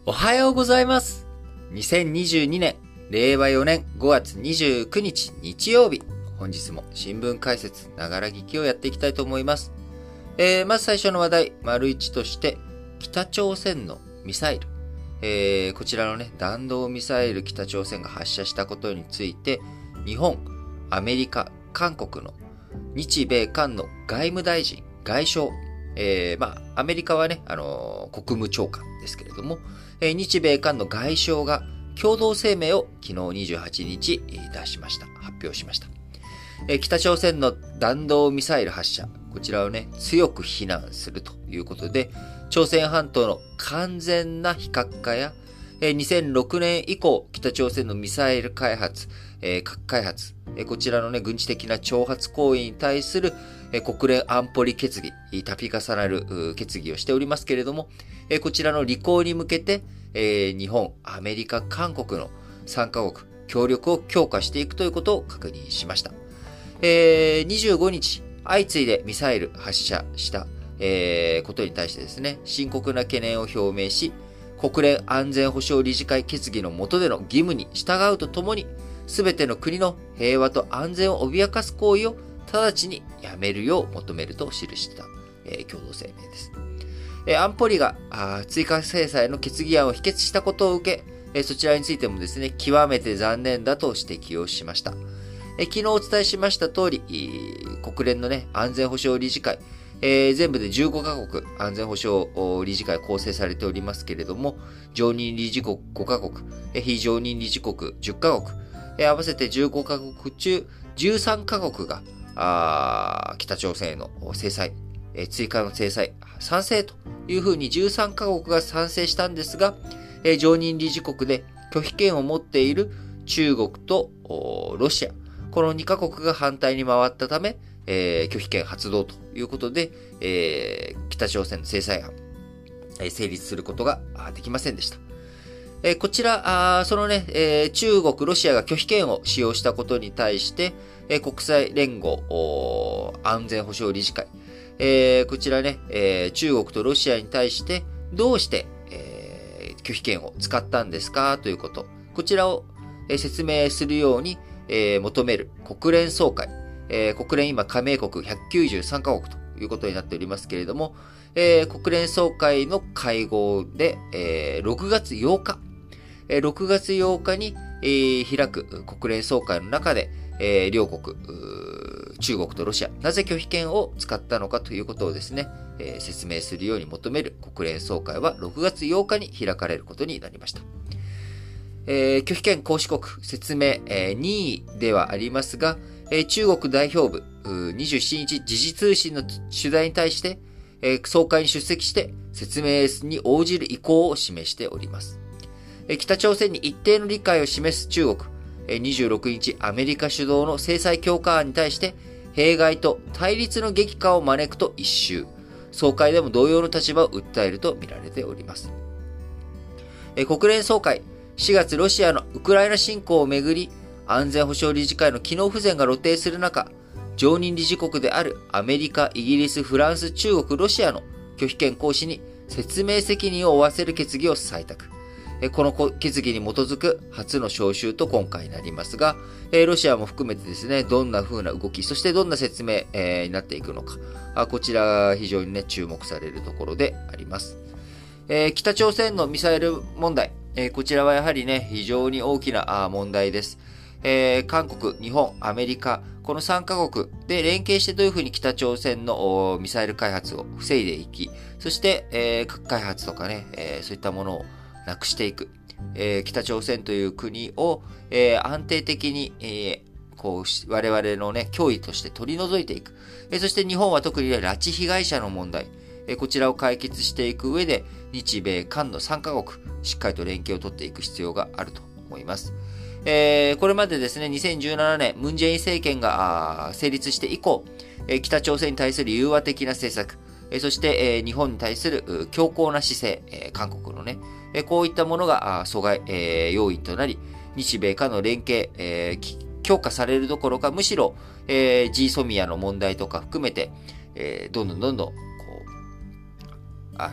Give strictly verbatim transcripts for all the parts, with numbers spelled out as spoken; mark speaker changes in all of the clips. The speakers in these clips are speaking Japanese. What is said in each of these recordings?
Speaker 1: おはようございます。にせんにじゅうにねん、れいわよねんごがつにじゅうくにち日曜日。本日も新聞解説、ながら聞きをやっていきたいと思います。えー、まず最初の話題、丸一として、北朝鮮のミサイル。えー、こちらのね、弾道ミサイル北朝鮮が発射したことについて、日本、アメリカ、韓国の日米韓の外務大臣、外相、えー、まあ、アメリカはね、あのー、国務長官ですけれども、えー、日米韓の外相が共同声明を昨日にじゅうはちにち出しました。発表しました。えー、北朝鮮の弾道ミサイル発射、こちらをね、強く非難するということで、朝鮮半島の完全な非核化や、えー、にせんろくねん以降、北朝鮮のミサイル開発、えー、核開発、えー、こちらのね、軍事的な挑発行為に対する、えー、国連安保理決議、度重なる決議をしておりますけれども、えー、こちらの履行に向けて、えー、日本、アメリカ、韓国のさんかこく、協力を強化していくということを確認しました。えー、にじゅうごにち、相次いでミサイル発射した、えー、ことに対してですね、深刻な懸念を表明し、国連安全保障理事会決議の下での義務に従うとともに、すべての国の平和と安全を脅かす行為を直ちにやめるよう求めると記した、えー、共同声明です。えー、安保理が追加制裁の決議案を否決したことを受け、えー、そちらについてもですね、極めて残念だと指摘をしました。えー、昨日お伝えしました通り、国連のね、安全保障理事会、えー、全部でじゅうごかこく安全保障理事会構成されておりますけれども、常任理事国ごかこく、えー、非常任理事国じゅっかこく、えー、合わせてじゅうごかこく中じゅうさんかこくがあ北朝鮮への制裁、えー、追加の制裁、賛成というふうにじゅうさんかこくが賛成したんですが、えー、常任理事国で拒否権を持っている中国とロシア、このにかこくが反対に回ったため、えー、拒否権発動ということで、えー、北朝鮮の制裁案、えー、成立することができませんでした。えー、こちら、あそのね、えー、中国、ロシアが拒否権を使用したことに対して、えー、国際連合安全保障理事会、えー、こちらね、えー、中国とロシアに対してどうして、えー、拒否権を使ったんですかということ、こちらを、えー、説明するように、えー、求める国連総会、えー、国連今加盟国ひゃくきゅうじゅうさんかこくということになっておりますけれども、えー、国連総会の会合で、えー、ろくがつようか、えー、ろくがつようかに、えー、開く国連総会の中で、えー、両国、中国とロシア、なぜ拒否権を使ったのかということをですね、えー、説明するように求める国連総会はろくがつようかに開かれることになりました。えー、拒否権行使国説明、えー、任意ではありますが、えー、中国代表部にじゅうしちにち時事通信の取材に対して、えー、総会に出席して説明に応じる意向を示しております。えー、北朝鮮に一定の理解を示す中国、えー、にじゅうろくにちアメリカ主導の制裁強化案に対して弊害と対立の激化を招くと一蹴、総会でも同様の立場を訴えると見られております。えー、国連総会しがつロシアのウクライナ侵攻をめぐり安全保障理事会の機能不全が露呈する中、常任理事国であるアメリカ、イギリス、フランス、中国、ロシアの拒否権行使に説明責任を負わせる決議を採択。この決議に基づく初の招集と今回になりますが、ロシアも含めてですね、どんな風な動き、そしてどんな説明になっていくのか、こちら非常にね、注目されるところであります。北朝鮮のミサイル問題、こちらはやはりね、非常に大きな問題です。えー、韓国、日本、アメリカ、このさんかこくで連携してどういうふうに北朝鮮のミサイル開発を防いでいき、そして、えー、核開発とかね、えー、そういったものをなくしていく。えー、北朝鮮という国を、えー、安定的に、えー、こう我々のね、脅威として取り除いていく。えー、そして日本は特に、ね、拉致被害者の問題、えー、こちらを解決していく上で、日米韓のさんかこく、しっかりと連携を取っていく必要があると思います。えー、これまでですね、にせんじゅうななねん、ムン・ジェイン政権が成立して以降、えー、北朝鮮に対する融和的な政策、えー、そして、えー、日本に対する強硬な姿勢、えー、韓国のね、えー、こういったものが阻害、えー、要因となり、日米韓の連携、えー、強化されるどころか、むしろ、えー、ジーソミアの問題とか含めて、えー、どんどんどんどん、こう、あの、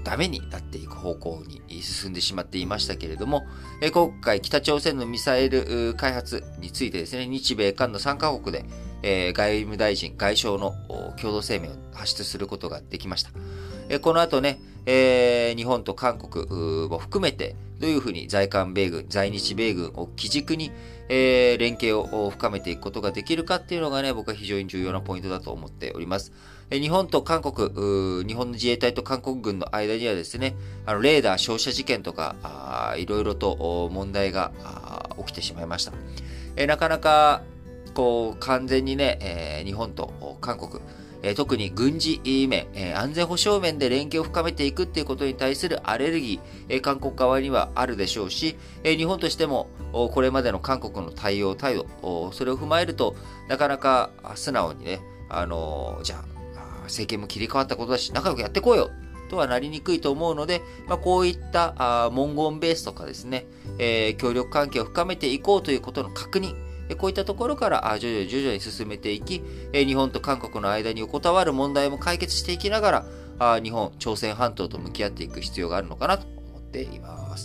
Speaker 1: ダメになっていく方向に進んでしまっていましたけれども、えー、今回北朝鮮のミサイル開発についてですね、日米韓のさんカ国で、えー、外務大臣、外相の共同声明を発出することができました。えー、この後ね、えー、日本と韓国も含めて、どういうふうに在韓米軍、在日米軍を基軸に、えー、連携を深めていくことができるかっていうのがね、僕は非常に重要なポイントだと思っております。えー、日本と韓国、日本の自衛隊と韓国軍の間にはですね、あのレーダー照射事件とか、あいろいろと問題が起きてしまいました。えー、なかなか、こう、完全にね、えー、日本と韓国、えー、特に軍事面、えー、安全保障面で連携を深めていくっていうことに対するアレルギー、えー、韓国側にはあるでしょうし、えー、日本としてもこれまでの韓国の対応態度、それを踏まえるとなかなか素直にね、あのー、じゃあ政権も切り替わったことだし仲良くやっていこうよとはなりにくいと思うので、まあ、こういったあ文言ベースとかですね、えー、協力関係を深めていこうということの確認、こういったところから徐々に徐々に進めていき、日本と韓国の間に横たわる問題も解決していきながら、日本、朝鮮半島と向き合っていく必要があるのかなと思っています。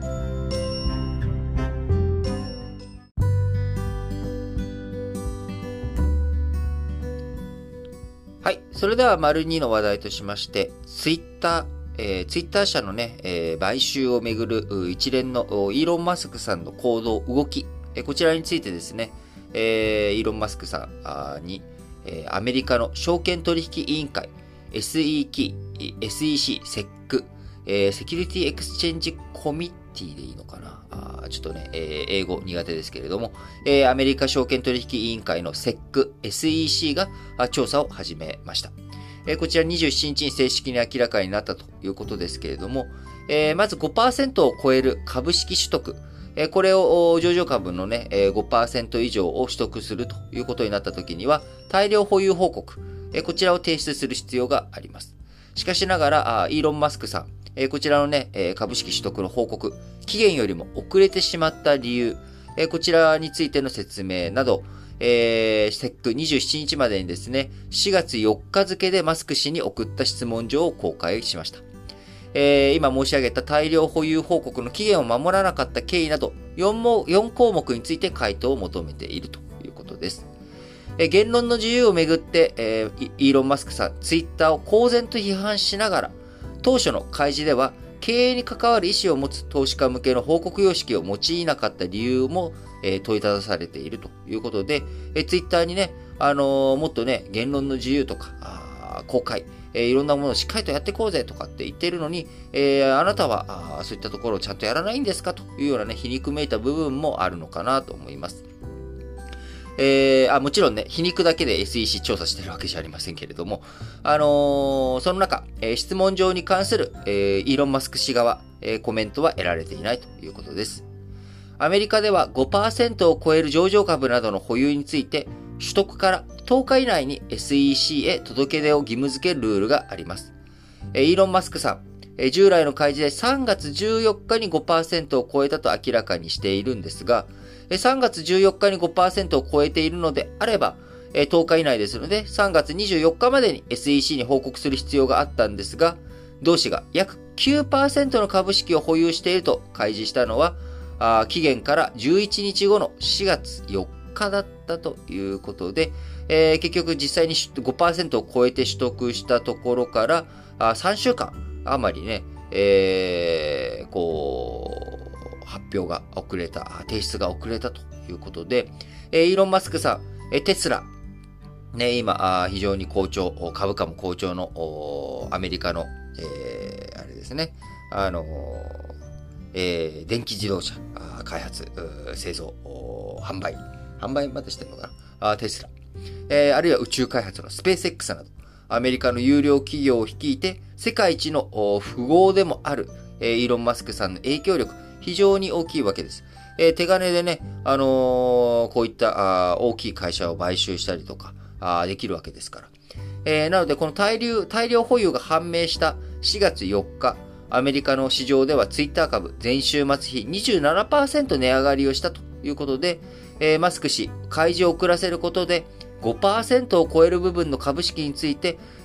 Speaker 1: はい。それでは、丸にの話題としまして、ツイッター、えー、ツイッター社のね、えー、買収をめぐる一連のイーロン・マスクさんの行動、動き、こちらについてですね、えー、イーロン・マスクさんに、えー、アメリカの証券取引委員会、エスイーシー、エスイーシー、セック、えー、セキュリティエクスチェンジコミッティでいいのかなあちょっとね、えー、英語苦手ですけれども、えー、アメリカ証券取引委員会のセック、エスイーシー が調査を始めました。えー、こちらにじゅうしちにちに正式に明らかになったということですけれども、えー、まず ごパーセント を超える株式取得、これを上場株のね、ごパーセント 以上を取得するということになったときには、大量保有報告、こちらを提出する必要があります。しかしながら、イーロン・マスクさん、こちらのね、株式取得の報告、期限よりも遅れてしまった理由、こちらについての説明など、えー、セックにじゅうしちにちまでにですね、しがつよっか付でマスク氏に送った質問状を公開しました。えー、今申し上げた大量保有報告の期限を守らなかった経緯など 4, もよん項目について回答を求めているということです。えー、言論の自由をめぐって、えー、イーロン・マスクさん、ツイッターを公然と批判しながら、当初の開示では経営に関わる意思を持つ投資家向けの報告様式を用いなかった理由も、えー、問いただされているということで、えー、ツイッターにね、あのー、もっとね、言論の自由とか、あ公開、えー、いろんなものをしっかりとやっていこうぜとかって言っているのに、えー、あなたはあそういったところをちゃんとやらないんですかというようなね、皮肉めいた部分もあるのかなと思います。えー、あもちろんね、皮肉だけで エスイーシー 調査してるわけじゃありませんけれども、あのー、その中、えー、質問状に関する、えー、イーロン・マスク氏側、えー、コメントは得られていないということです。アメリカでは ごパーセント を超える上場株などの保有について、取得からとおか以内に エスイーシー へ届け出を義務付けるルールがあります。イーロン・マスクさん、従来の開示でさんがつじゅうよっかに ごパーセント を超えたと明らかにしているんですが、さんがつじゅうよっかに ごパーセント を超えているのであれば、とおか以内ですので、さんがつにじゅうよっかまでに エスイーシー に報告する必要があったんですが、同氏が約 きゅうパーセント の株式を保有していると開示したのは、期限からじゅういちにちごのしがつよっかだったということで、えー、結局実際に ごパーセント を超えて取得したところからあさんしゅうかん余りね、えー、こう発表が遅れた、提出が遅れたということで、えー、イーロン・マスクさん、えー、テスラ、ね、今非常に好調、株価も好調のアメリカの、えー、あれですね、あのえー、電気自動車開発、製造、販売、販売までしてるのかな、テスラ、えー、あるいは宇宙開発のスペース X など、アメリカの有料企業を率いて、世界一の富豪でもある、えー、イーロン・マスクさんの影響力、非常に大きいわけです。えー、手金でね、あのー、こういった大きい会社を買収したりとかあできるわけですから。えー、なので、この大量、大量保有が判明したしがつよっか、アメリカの市場ではツイッター株、前週末比 にじゅうななパーセント 値上がりをしたということで、えー、マスク氏、開示を遅らせることで ごパーセント を超える部分の株式について、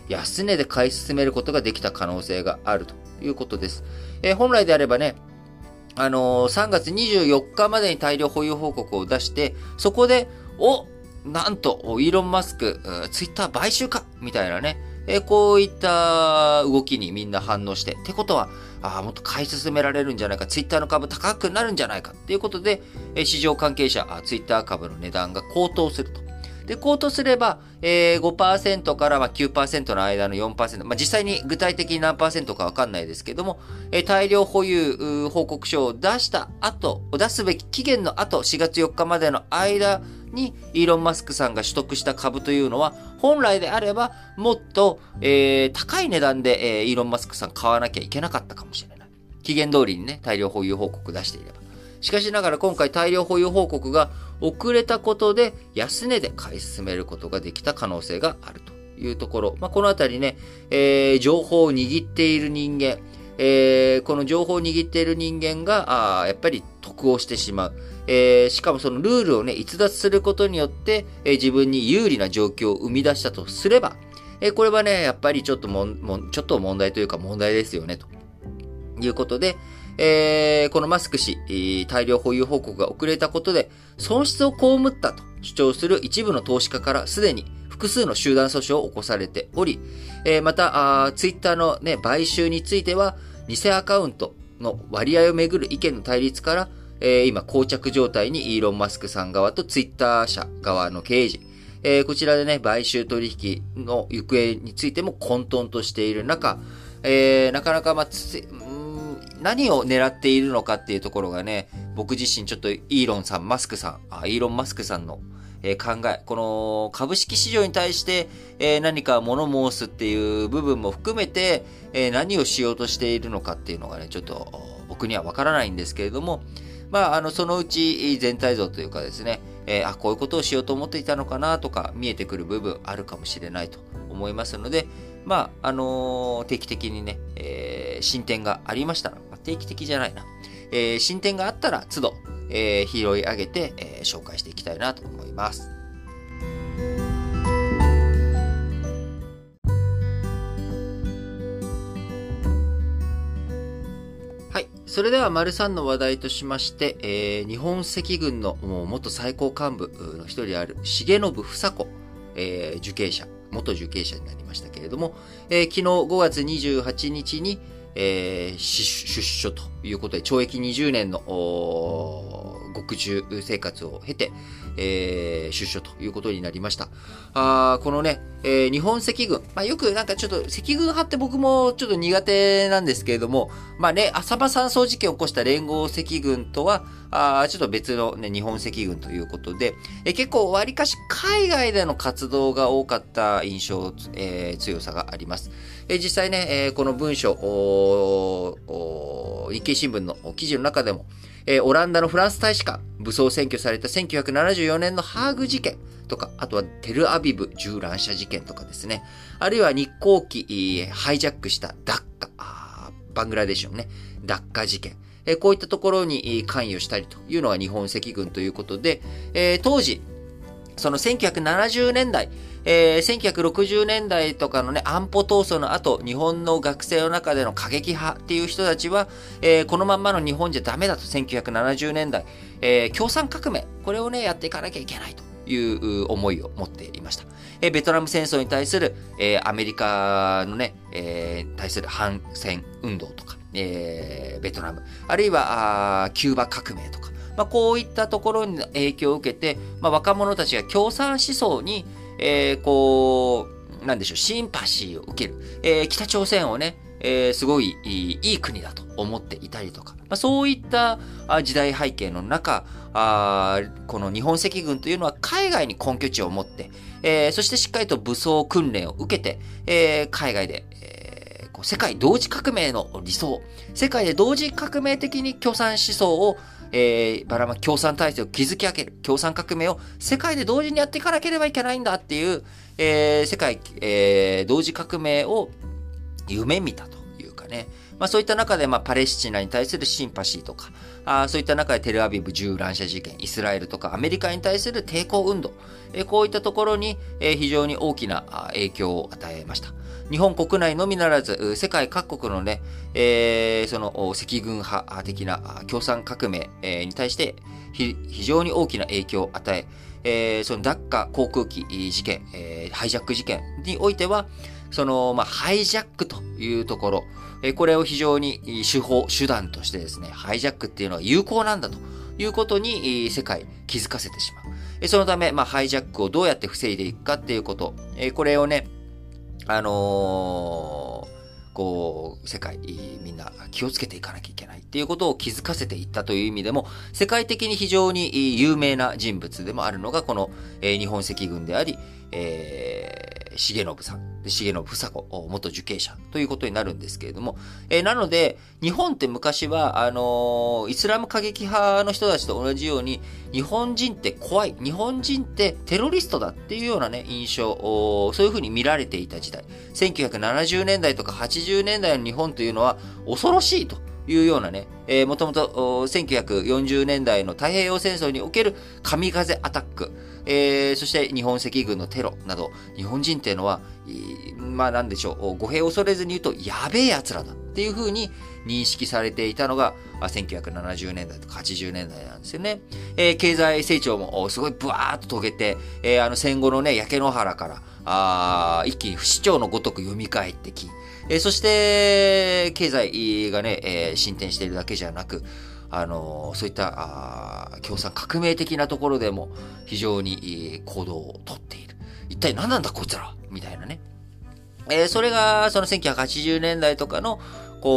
Speaker 1: 安値で買い進めることができた可能性があるということです。えー、本来であればね、あのー、さんがつにじゅうよっかまでに大量保有報告を出して、そこで、お、なんと、イーロン・マスク、ツイッター買収かみたいなね、えー、こういった動きにみんな反応して、ってことは、あもっと買い進められるんじゃないか、ツイッターの株高くなるんじゃないかっていうことで、えー、市場関係者、ツイッター株の値段が高騰すると。で、高騰すれば、えー、ごパーセント からまあ きゅうパーセント の間の よんパーセント、まあ、実際に具体的に何パーセントかわかんないですけども、えー、大量保有報告書を出した後、出すべき期限の後、しがつよっかまでの間に、イーロン・マスクさんが取得した株というのは、本来であれば、もっと、えー、高い値段で、えー、イーロン・マスクさん買わなきゃいけなかったかもしれない。期限通りにね、大量保有報告出していれば。しかしながら今回大量保有報告が遅れたことで安値で買い進めることができた可能性があるというところ。まあ、このあたりね、えー、情報を握っている人間、えー、この情報を握っている人間が、あやっぱり得をしてしまう。えー、しかもそのルールをね、逸脱することによって、えー、自分に有利な状況を生み出したとすれば、えー、これはね、やっぱりちょっともん、もん、ちょっと問題というか問題ですよね、ということで、えー、このマスク氏、大量保有報告が遅れたことで、損失を被ったと主張する一部の投資家からすでに複数の集団訴訟を起こされており、えー、また、ツイッターのね、買収については、偽アカウントの割合をめぐる意見の対立から、えー、今、膠着状態にイーロン・マスクさん側とツイッター社側の経営陣、えー、こちらでね、買収取引の行方についても混沌としている中、えー、なかなか、まあ、つ何を狙っているのかっていうところがね、僕自身ちょっとイーロンさん、マスクさん、あイーロン・マスクさんの、えー、考え、この株式市場に対して、えー、何か物申すっていう部分も含めて、えー、何をしようとしているのかっていうのがね、ちょっと僕にはわからないんですけれども、まあ、あの、そのうち全体像というかですね、えー、あ、こういうことをしようと思っていたのかなとか見えてくる部分あるかもしれないと思いますので、まあ、あのー、定期的にね、えー、進展がありましたら、定期的じゃないな、えー、進展があったら都度、えー、拾い上げて、えー、紹介していきたいなと思います。はい。それでは、丸さんの話題としまして、えー、日本赤軍の元最高幹部の一人である、重信房子、えー、受刑者、元受刑者になりましたけれども、えー、昨日ごがつにじゅうはちにちに、えー、出所ということで、懲役にじゅうねんの獄中生活を経て、えー、出所ということになりました。あこのね、えー、日本赤軍、まあ、よくなんかちょっと赤軍派って僕もちょっと苦手なんですけれども、まあね、浅間山荘事件を起こした連合赤軍とは、あちょっと別のね、日本赤軍ということで、えー、結構割かし海外での活動が多かった印象、えー、強さがあります。えー、実際ね、えー、この文書、日経新聞の記事の中でも、えー、オランダのフランス大使館、武装占拠されたせんきゅうひゃくななじゅうよねんのハーグ事件とか、あとはテルアビブ銃乱射事件とかですね。あるいは日航機、ハイジャックしたダッカ、バングラデシュのね、ダッカ事件。えー、こういったところに関与したりというのが日本赤軍ということで、えー、当時、そのせんきゅうひゃくななじゅうねんだい、えー、せんきゅうひゃくろくじゅうねんだいとかのね、安保闘争の後、日本の学生の中での過激派っていう人たちは、えー、このまんまの日本じゃダメだと、せんきゅうひゃくななじゅうねんだい、えー、共産革命、これをね、やっていかなきゃいけないという思いを持っていました。えー、ベトナム戦争に対する、えー、アメリカのね、えー、対する反戦運動とか、えー、ベトナム、あるいは、あキューバ革命とか、まあ、こういったところに影響を受けて、まあ、若者たちが共産思想に、えー、こう、なんでしょう、シンパシーを受ける。えー、北朝鮮をね、えー、すごいいい、いい国だと思っていたりとか、まあ、そういった時代背景の中、あこの日本赤軍というのは海外に根拠地を持って、えー、そしてしっかりと武装訓練を受けて、えー、海外で、えー、こう世界同時革命の理想、世界で同時革命的に共産思想をえー、ばらまき共産体制を築き上げる。共産革命を世界で同時にやっていかなければいけないんだっていう、えー、世界、えー、同時革命を夢見たというかね。まあそういった中で、まあパレスチナに対するシンパシーとか、あそういった中でテルアビブ銃乱射事件、イスラエルとかアメリカに対する抵抗運動、えー、こういったところに、えー、非常に大きな影響を与えました。 日本国内のみならず、世界各国のね、えー、その赤軍派的な共産革命に対して非常に大きな影響を与え、えー、そのダッカ航空機事件、えー、ハイジャック事件においては、その、まあ、ハイジャックというところ、えー、これを非常に手法、手段としてですね、ハイジャックっていうのは有効なんだということに世界気づかせてしまう。そのため、まあ、ハイジャックをどうやって防いでいくかっていうこと、えー、これをね、あのー、こう、世界、みんな気をつけていかなきゃいけないっていうことを気づかせていったという意味でも、世界的に非常に有名な人物でもあるのが、この、えー、日本赤軍であり、えー、重信さん。重信房子、元受刑者ということになるんですけれども、えー、なので、日本って昔は、あのー、イスラム過激派の人たちと同じように、日本人って怖い、日本人ってテロリストだっていうようなね、印象、そういう風に見られていた時代。せんきゅうひゃくななじゅうねんだいとかはちじゅうねんだいの日本というのは恐ろしいというようなね、えー、もともとせんきゅうひゃくよんじゅうねんだいの太平洋戦争における神風アタック、えー、そして日本赤軍のテロなど、日本人っていうのは、まあなんでしょう、語弊を恐れずに言うと、やべえ奴らだっていう風に認識されていたのが、せんきゅうひゃくななじゅうねんだいとかはちじゅうねんだいなんですよね。えー、経済成長もすごいブワーッと遂げて、えー、あの戦後のね、焼け野原から、あ一気に不死鳥のごとく蘇ってき、えー、そして、経済がね、えー、進展しているだけじゃなく、あのー、そういったあ共産革命的なところでも非常に行動をとっている。一体何なんだこいつらみたいなね。えー、それが、そのせんきゅうひゃくはちじゅうねんだいとかの、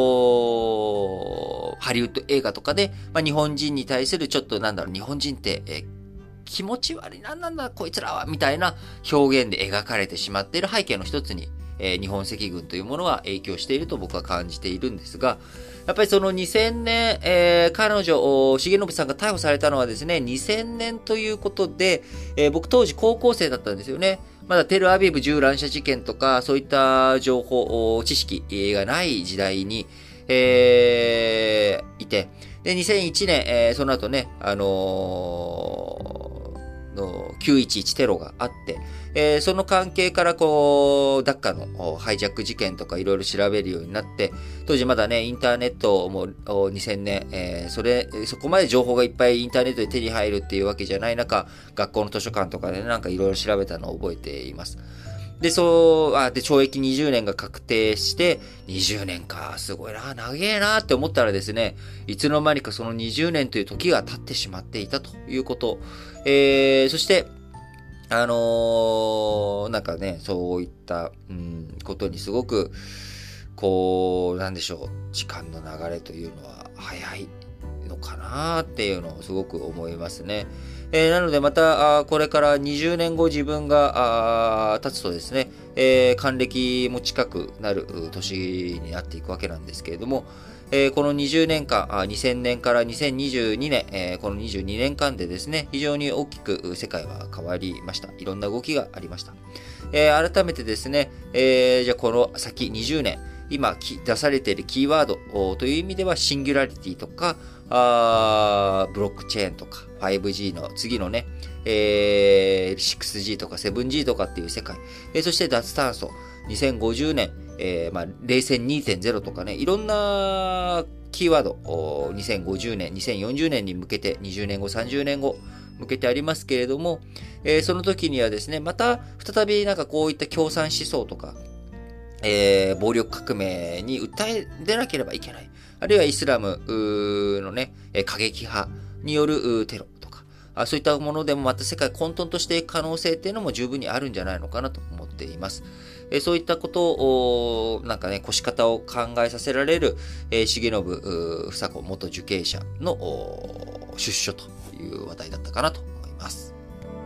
Speaker 1: こう、ハリウッド映画とかで、まあ、日本人に対するちょっとなんだろう、日本人って、えー、気持ち悪い、なんなんだこいつらは、みたいな表現で描かれてしまっている背景の一つに、えー、日本赤軍というものは影響していると僕は感じているんですが、やっぱりそのにせんねん、えー、彼女、重信さんが逮捕されたのはですね、にせんねんということで、えー、僕当時高校生だったんですよね。まだテルアビブ銃乱射事件とか、そういった情報、知識がない時代に、えー、いて、で、にせんいちねん、えー、その後ね、あのー、のきゅういちいちテロがあって、えー、その関係からこう、ダッカのハイジャック事件とかいろいろ調べるようになって、当時まだね、インターネットもにせんねん、えー、それ、そこまで情報がいっぱいインターネットで手に入るっていうわけじゃない中、学校の図書館とかでね、なんかいろいろ調べたのを覚えています。で、そう、あ、で、懲役にじゅうねんが確定して、にじゅうねんか、すごいな、長えなって思ったらですね、いつの間にかそのにじゅうねんという時が経ってしまっていたということ。えー、そして、あのー、なんかね、そういった、うん、ことにすごく、こう、なんでしょう、時間の流れというのは早いのかなっていうのをすごく思いますね。えー、なのでまた、これからにじゅうねんご自分が経つとですね、えー、還暦も近くなる年になっていくわけなんですけれども、えー、このにじゅうねんかん、にせんねんからにせんにじゅうにねん、えー、このにじゅうにねんかんでですね、非常に大きく世界は変わりました。いろんな動きがありました。えー、改めてですね、えー、じゃあこの先にじゅうねん、今出されているキーワードという意味ではシンギュラリティとか、あブロックチェーンとか ファイブジー の次のね、えー、シックスジー とか セブンジー とかっていう世界、えー、そして脱炭素、にせんごじゅうねん、えー、まあ、冷戦 にてんゼロ とかね、いろんなキーワード、にせんごじゅうねん、にせんよんじゅうねんに向けて、にじゅうねんご、さんじゅうねんご、向けてありますけれども、えー、その時にはですね、また再びなんかこういった共産思想とか、えー、暴力革命に訴え出なければいけない。あるいはイスラムのね、過激派によるテロとか、そういったものでもまた世界混沌としていく可能性っていうのも十分にあるんじゃないのかなと思っています。そういったことを、なんかね、腰方を考えさせられる、重信房子元受刑者の出所という話題だったかなと思います。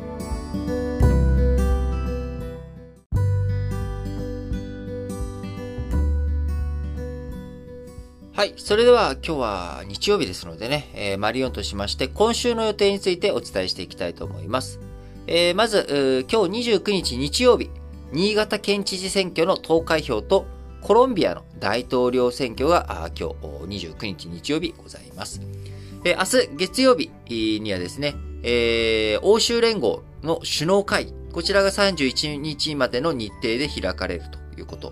Speaker 1: はい。それでは今日は日曜日ですのでね、えー、マリオンとしまして今週の予定についてお伝えしていきたいと思います。えー、まず、今日にじゅうくにち日曜日、新潟県知事選挙の投開票とコロンビアの大統領選挙が今日にじゅうくにち日曜日ございます。えー、明日月曜日にはですね、えー、欧州連合の首脳会議、こちらがさんじゅういちにちまでの日程で開かれるということ。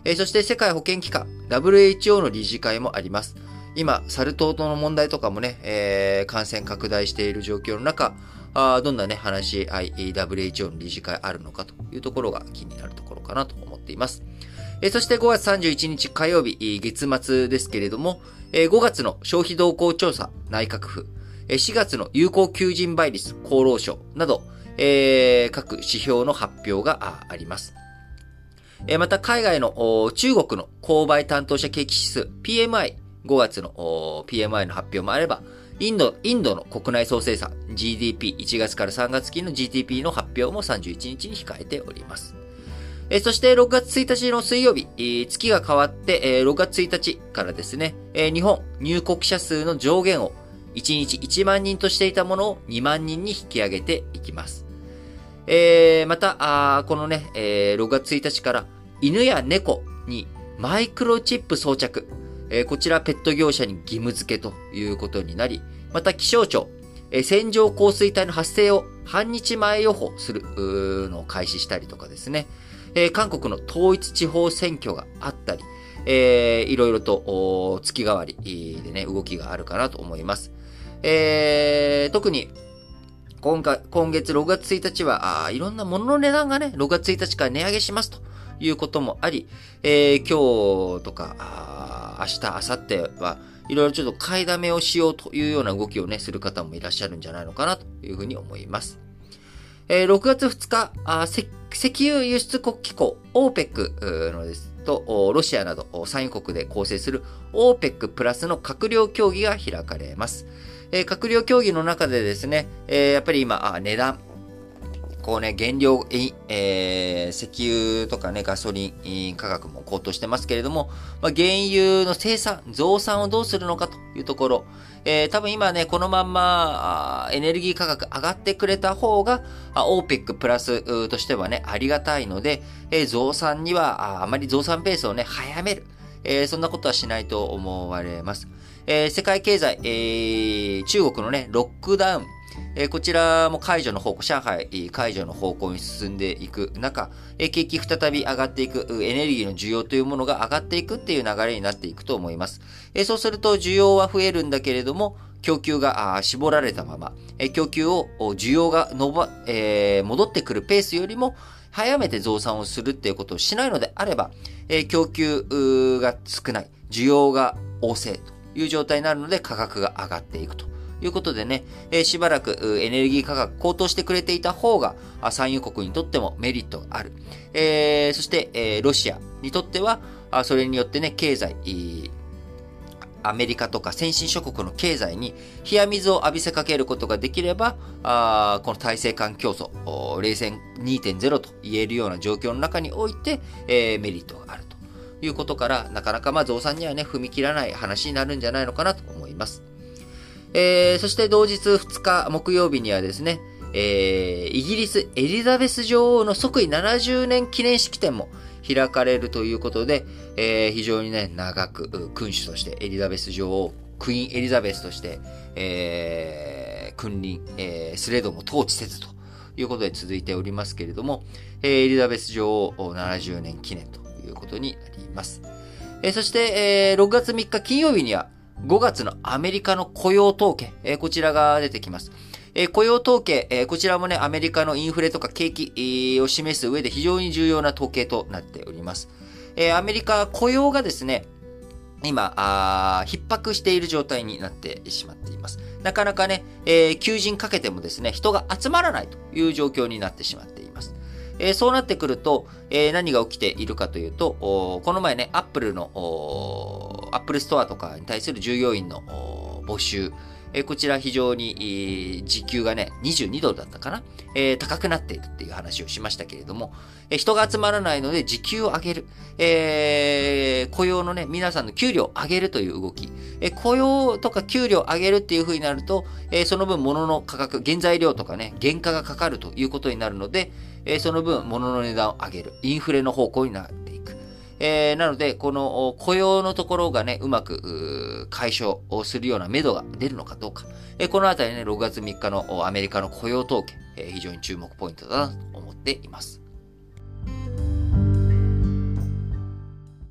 Speaker 1: えー、そして世界保健機関 ダブリューエイチオー の理事会もあります。今、サル痘の問題とかもね、えー、感染拡大している状況の中、あどんなね、話し合い、ダブリューエイチオー の理事会あるのかというところが気になるところかなと思っています。えー、そしてごがつさんじゅういちにち火曜日、月末ですけれども、えー、ごがつの消費動向調査、内閣府、えー、しがつの有効求人倍率、厚労省など、えー、各指標の発表があります。えー、また、海外の中国の購買担当者景気指数、ピーエムアイ、ごがつの ピーエムアイ の発表もあれば、インド、インドの国内総生産、ジーディーピー、いちがつからさんがつ期の ジーディーピー の発表もさんじゅういちにちに控えております。えー、そしてろくがつついたちの水曜日、えー、月が変わって、えー、ろくがつついたちからですね、えー、日本入国者数の上限をいちにちいちまんにんとしていたものをにまんにんに引き上げていきます。えー、また、あこのね、えー、ろくがつついたちから犬や猫にマイクロチップ装着、えー、こちらペット業者に義務付けということになり、また気象庁、えー、線状降水帯の発生を半日前予報するのを開始したりとかですね、えー、韓国の統一地方選挙があったり、えー、いろいろと月替わりでね、動きがあるかなと思います。えー、特に今回、今月ろくがつついたちは、あいろんなものの値段がね、ろくがつついたちから値上げしますということもあり、えー、今日とか、あ明日、明後日はいろいろちょっと買いだめをしようというような動きをね、する方もいらっしゃるんじゃないのかなというふうに思います。えー、ろくがつふつか、あ石油輸出国機構 オーペック のですと、ロシアなど産油国で構成する オーペック プラスの閣僚協議が開かれます。えー、閣僚協議の中でですね、えー、やっぱり今、あ値段、こうね、原料、えー、石油とかね、ガソリン価格も高騰してますけれども、まあ、原油の生産、増産をどうするのかというところ、えー、多分今ね、このまんま、エネルギー価格上がってくれた方が、オーペック プラスとしてはね、ありがたいので、えー、増産にはあ、あまり増産ペースをね、早める。えー、そんなことはしないと思われます。えー、世界経済、えー、中国のね、ロックダウン、えー、こちらも解除の方向、上海解除の方向に進んでいく中、えー、景気再び上がっていく、エネルギーの需要というものが上がっていくっていう流れになっていくと思います。えー、そうすると需要は増えるんだけれども、供給が絞られたまま、えー、供給を需要がのば、えー、戻ってくるペースよりも早めて増産をするっていうことをしないのであれば、えー、供給が少ない、需要が旺盛という状態になるので価格が上がっていくということでね、えー、しばらくエネルギー価格高騰してくれていた方が産油国にとってもメリットがある。えー、そして、えー、ロシアにとってはそれによってね、経済、アメリカとか先進諸国の経済に冷や水を浴びせかけることができれば、あこの体制間競争、冷戦 にてんゼロ と言えるような状況の中において、えー、メリットがあるということから、なかなかまあ増産にはね、踏み切らない話になるんじゃないのかなと思います。えー、そして同日ふつか木曜日にはですね、えー、イギリスエリザベス女王の即位ななじゅうねん記念式典も開かれるということで、えー、非常にね、長く君主としてエリザベス女王、クイーンエリザベスとして、えー、君臨、えー、すれども統治せずということで続いておりますけれども、えー、エリザベス女王ななじゅうねん記念ということになります。えー、そして、えー、ろくがつみっか金曜日にはごがつのアメリカの雇用統計、えー、こちらが出てきます。えー、雇用統計、えー、こちらもね、アメリカのインフレとか景気、えー、を示す上で非常に重要な統計となっております。えー、アメリカ雇用がですね、今、あ逼迫している状態になってしまっています。なかなかね、えー、求人かけてもですね、人が集まらないという状況になってしまっています。えー、そうなってくると、えー、何が起きているかというと、この前ね、アップルの、アップルストアとかに対する従業員の募集、えー、こちら非常に、えー、時給がね、にじゅうにドルだったかな、えー、高くなっているっていう話をしましたけれども、えー、人が集まらないので時給を上げる、えー、雇用のね、皆さんの給料を上げるという動き、えー、雇用とか給料を上げるっていう風になると、えー、その分物の価格、原材料とかね、原価がかかるということになるので、えー、その分物の値段を上げる、インフレの方向になっていく。えー、なので、この雇用のところがね、うまく解消をするような目処が出るのかどうか。えー、このあたりね、ろくがつみっかのアメリカの雇用統計、えー、非常に注目ポイントだなと思っています。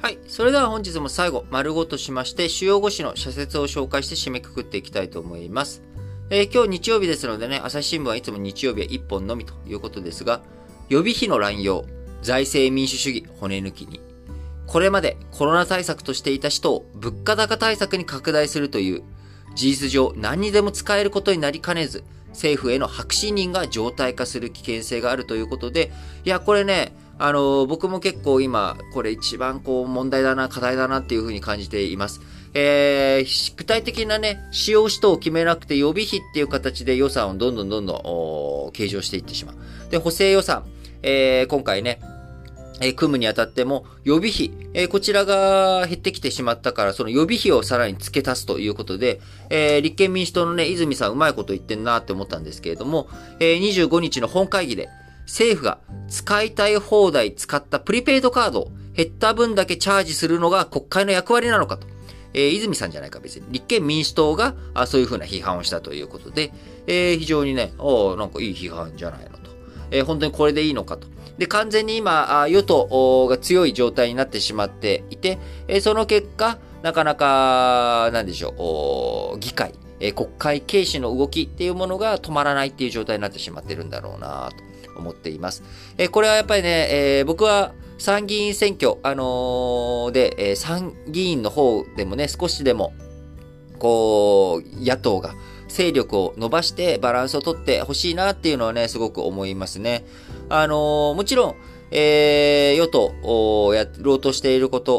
Speaker 1: はい。それでは本日も最後、丸ごとしまして、主要ご紙の社説を紹介して締めくくっていきたいと思います。えー、今日日曜日ですのでね、朝日新聞はいつも日曜日はいっぽんのみということですが、予備費の乱用、財政民主主義骨抜きに。これまでコロナ対策としていた使途を物価高対策に拡大するという、事実上何にでも使えることになりかねず、政府への白紙任が常態化する危険性があるということで、いや、これね、あのー、僕も結構今、これ一番こう問題だな、課題だなっていうふうに感じています。えー、具体的なね、使用使途を決めなくて予備費っていう形で予算をどんどんどんどん計上していってしまう。で、補正予算、えー、今回ね、えー、組むにあたっても予備費、えー、こちらが減ってきてしまったから、その予備費をさらに付け足すということで、えー、立憲民主党のね、泉さんうまいこと言ってんなって思ったんですけれども、えー、にじゅうごにちの本会議で、政府が使いたい放題使ったプリペイドカードを減った分だけチャージするのが国会の役割なのかと。えー、泉さんじゃないか別に。立憲民主党があそういうふうな批判をしたということで、えー、非常にね、おなんかいい批判じゃないのと。えー、本当にこれでいいのかと。で、完全に今、与党が強い状態になってしまっていて、えー、その結果、なかなか、なんでしょう、議会、えー、国会軽視の動きっていうものが止まらないっていう状態になってしまってるんだろうなと思っています。えー、これはやっぱりね、えー、僕は参議院選挙、あのー、で、えー、参議院の方でもね、少しでも、こう、野党が勢力を伸ばしてバランスを取ってほしいなっていうのはね、すごく思いますね。あのー、もちろん、えー、与党、やろうとしていること、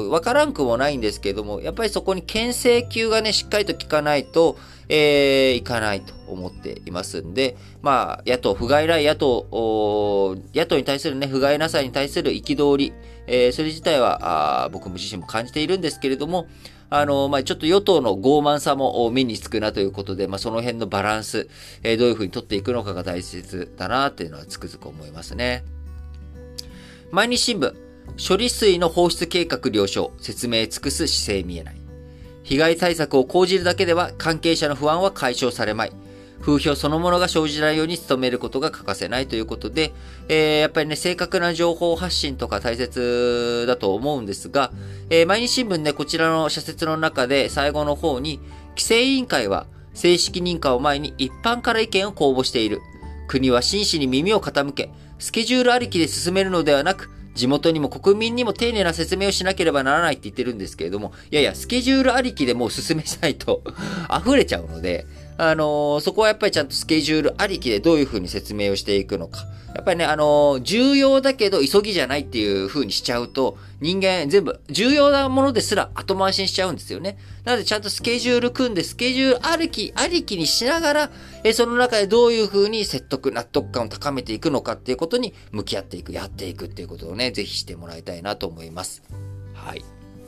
Speaker 1: わからんくもないんですけれども、やっぱりそこに牽制球がね、しっかりと効かないと、えー、いかないと思っていますんで、まあ、野党、不甲斐ない野党、野党に対するね、不甲斐なさに対する憤り、えー、それ自体は、あ僕も自身も感じているんですけれども、あの、まあ、ちょっと与党の傲慢さも目につくなということで、まあ、その辺のバランス、えー、どういうふうに取っていくのかが大切だなっていうのはつくづく思いますね。毎日新聞、処理水の放出計画了承、説明尽くす姿勢見えない。被害対策を講じるだけでは関係者の不安は解消されまい。風評そのものが生じないように努めることが欠かせないということで、えー、やっぱりね、正確な情報発信とか大切だと思うんですが、えー、毎日新聞ね、こちらの社説の中で最後の方に、規制委員会は正式認可を前に一般から意見を公募している。国は真摯に耳を傾け、スケジュールありきで進めるのではなく、地元にも国民にも丁寧な説明をしなければならないって言ってるんですけれども、いやいや、スケジュールありきでもう進めないと溢れちゃうので、あのー、そこはやっぱりちゃんとスケジュールありきでどういうふうに説明をしていくのか。やっぱりね、あのー、重要だけど急ぎじゃないっていうふうにしちゃうと、人間全部重要なものですら後回しにしちゃうんですよね。なのでちゃんとスケジュール組んで、スケジュールありき、ありきにしながら、えその中でどういうふうに説得、納得感を高めていくのかっていうことに向き合っていく、やっていくっていうことをね、ぜひしてもらいたいなと思います。はい。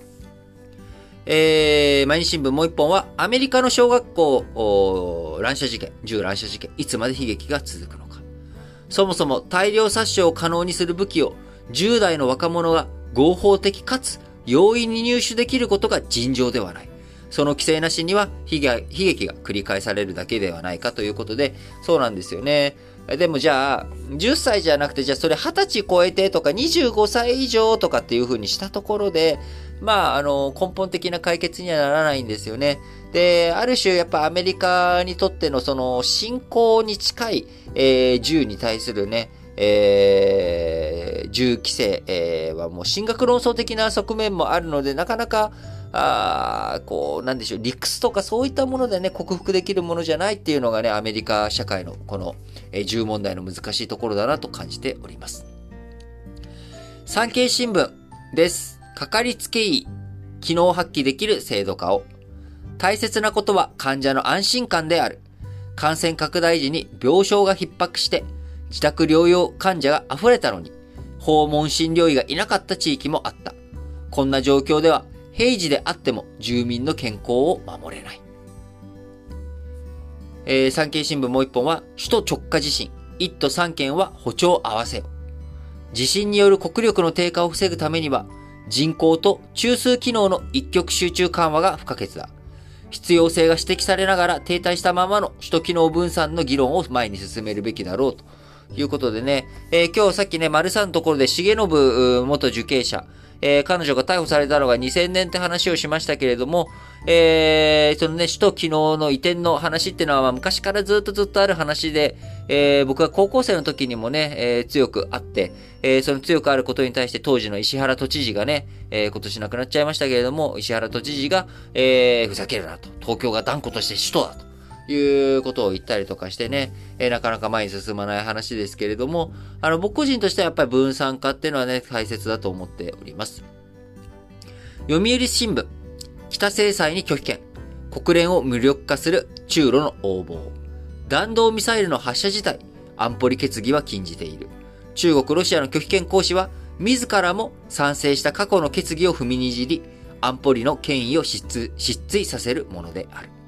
Speaker 1: えー、毎日新聞もう一本は、アメリカの小学校乱射事件、銃乱射事件、いつまで悲劇が続くのか。そもそも大量殺傷を可能にする武器をじゅう代の若者が合法的かつ容易に入手できることが尋常ではない。その規制なしには悲劇が繰り返されるだけではないかということで、そうなんですよね。でもじゃあ、じゅっさいじゃなくて、じゃあそれはたち超えてとかにじゅうごさい以上とかっていう風にしたところで、まあ、あの、根本的な解決にはならないんですよね。で、ある種やっぱアメリカにとってのその信仰に近い、えー、銃に対するね、えー、銃規制、えー、はもう神学論争的な側面もあるので、なかなか、あこう、なんでしょう、理屈とかそういったものでね、克服できるものじゃないっていうのがね、アメリカ社会のこの、えー、銃問題の難しいところだなと感じております。産経新聞です。かかりつけ医、機能発揮できる制度化を。大切なことは患者の安心感である。感染拡大時に病床が逼迫して、自宅療養患者が溢れたのに、訪問診療医がいなかった地域もあった。こんな状況では、平時であっても住民の健康を守れない。えー、産経新聞もう一本は、首都直下地震、いっ都さん県は歩調合わせよ。地震による国力の低下を防ぐためには、人口と中枢機能の一極集中緩和が不可欠だ。必要性が指摘されながら停滞したままの首都機能分散の議論を前に進めるべきだろうということでね、えー、今日さっきね、丸さんのところで重信元受刑者、 えー、彼女が逮捕されたのがにせんねんって話をしましたけれども、えー、そのね、首都機能の移転の話っていうのは、まあ、昔からずっとずっとある話で、えー、僕は高校生の時にもね、えー、強くあって、えー、その強くあることに対して当時の石原都知事がね、えー、今年亡くなっちゃいましたけれども、石原都知事が、えー、ふざけるなと、東京が断固として首都だと。いうことを言ったりとかしてね、えー、なかなか前に進まない話ですけれども、あの、僕個人としてはやっぱり分散化っていうのはね、大切だと思っております。読売新聞、北制裁に拒否権、国連を無力化する中ロの横暴、弾道ミサイルの発射自体、安保理決議は禁じている。中国、ロシアの拒否権行使は、自らも賛成した過去の決議を踏みにじり、安保理の権威を失墜させるものである。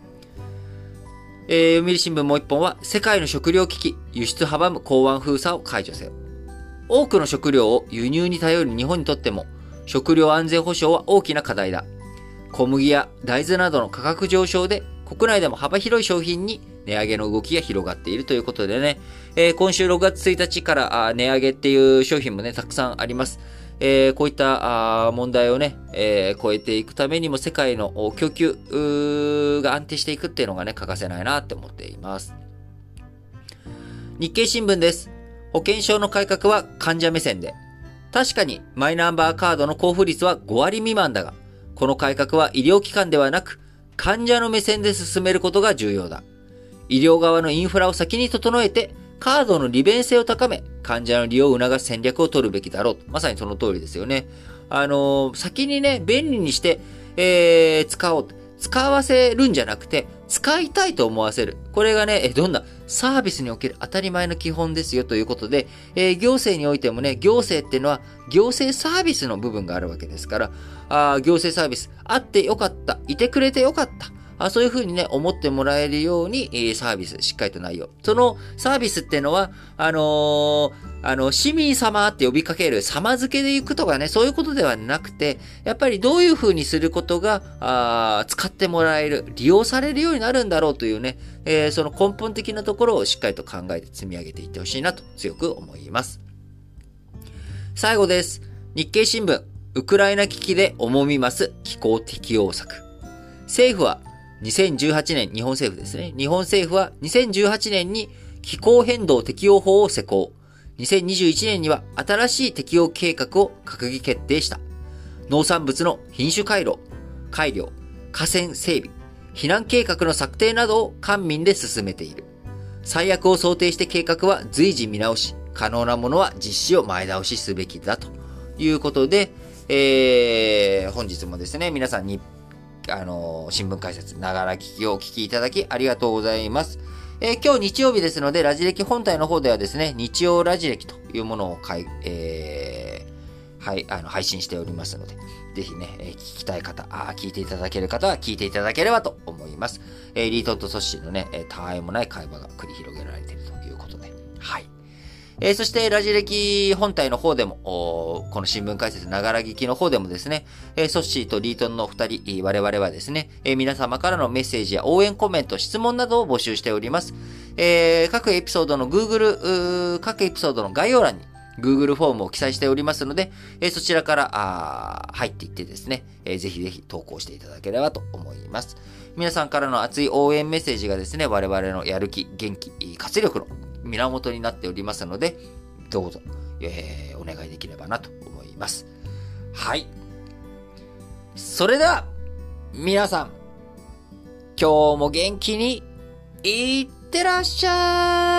Speaker 1: えー、読売新聞もう一本は、世界の食糧危機、輸出阻む港湾封鎖を解除せよ。多くの食料を輸入に頼る日本にとっても、食料安全保障は大きな課題だ。小麦や大豆などの価格上昇で、国内でも幅広い商品に値上げの動きが広がっているということでね、えー、今週ろくがつついたちから値上げっていう商品もね、たくさんあります。えー、こういった問題をね、えー、超えていくためにも世界の供給が安定していくっていうのがね、欠かせないなって思っています。日経新聞です。保険証の改革は患者目線で。確かにマイナンバーカードの交付率はごわり未満だが、この改革は医療機関ではなく、患者の目線で進めることが重要だ。医療側のインフラを先に整えて、カードの利便性を高め、患者の利用を促す戦略を取るべきだろうと。まさにその通りですよね。あのー、先にね、便利にして、えー、使おう。使わせるんじゃなくて、使いたいと思わせる。これがね、どんなサービスにおける当たり前の基本ですよということで、えー、行政においてもね、行政っていうのは行政サービスの部分があるわけですから、あ行政サービスあってよかった、いてくれてよかった。あそういうふうにね、思ってもらえるように、えー、サービス、しっかりと内容。そのサービスっていうのは、あのー、あの、市民様って呼びかける様付けで行くとかね、そういうことではなくて、やっぱりどういうふうにすることが、あ使ってもらえる、利用されるようになるんだろうというね、えー、その根本的なところをしっかりと考えて積み上げていってほしいなと強く思います。最後です。日経新聞、ウクライナ危機で重みます気候適応策。政府はにせんじゅうはちねん、日本政府ですね。日本政府はにせんじゅうはちねんに気候変動適応法を施行。にせんにじゅういちねんには新しい適応計画を閣議決定した。農産物の品種改良、改良、河川整備、避難計画の策定などを官民で進めている。最悪を想定して計画は随時見直し、可能なものは実施を前倒しすべきだということで、えー、本日もですね、皆さんにあの、新聞解説、ながら聞きをお聞きいただきありがとうございます。えー、今日日曜日ですので、ラジ歴本体の方ではですね、日曜ラジ歴というものをかい、えー、はい、あの、配信しておりますので、ぜひね、えー、聞きたい方、あ聞いていただける方は聞いていただければと思います。えー、リートンとソッシーのね、えー、たわいもない会話が繰り広げられているということで、はい。えー、そして、ラジ歴本体の方でも、この新聞解説ながら聞きの方でもですね、えー、ソッシーとリートンの二人、我々はですね、えー、皆様からのメッセージや応援コメント、質問などを募集しております。えー、各エピソードの Google、各エピソードの概要欄に Google フォームを記載しておりますので、えー、そちらからあ入っていってですね、えー、ぜひぜひ投稿していただければと思います。皆さんからの熱い応援メッセージがですね、我々のやる気、元気、活力の源になっておりますので、どうぞ、えー、お願いできればなと思います。はい。それでは、皆さん、今日も元気にいってらっしゃい。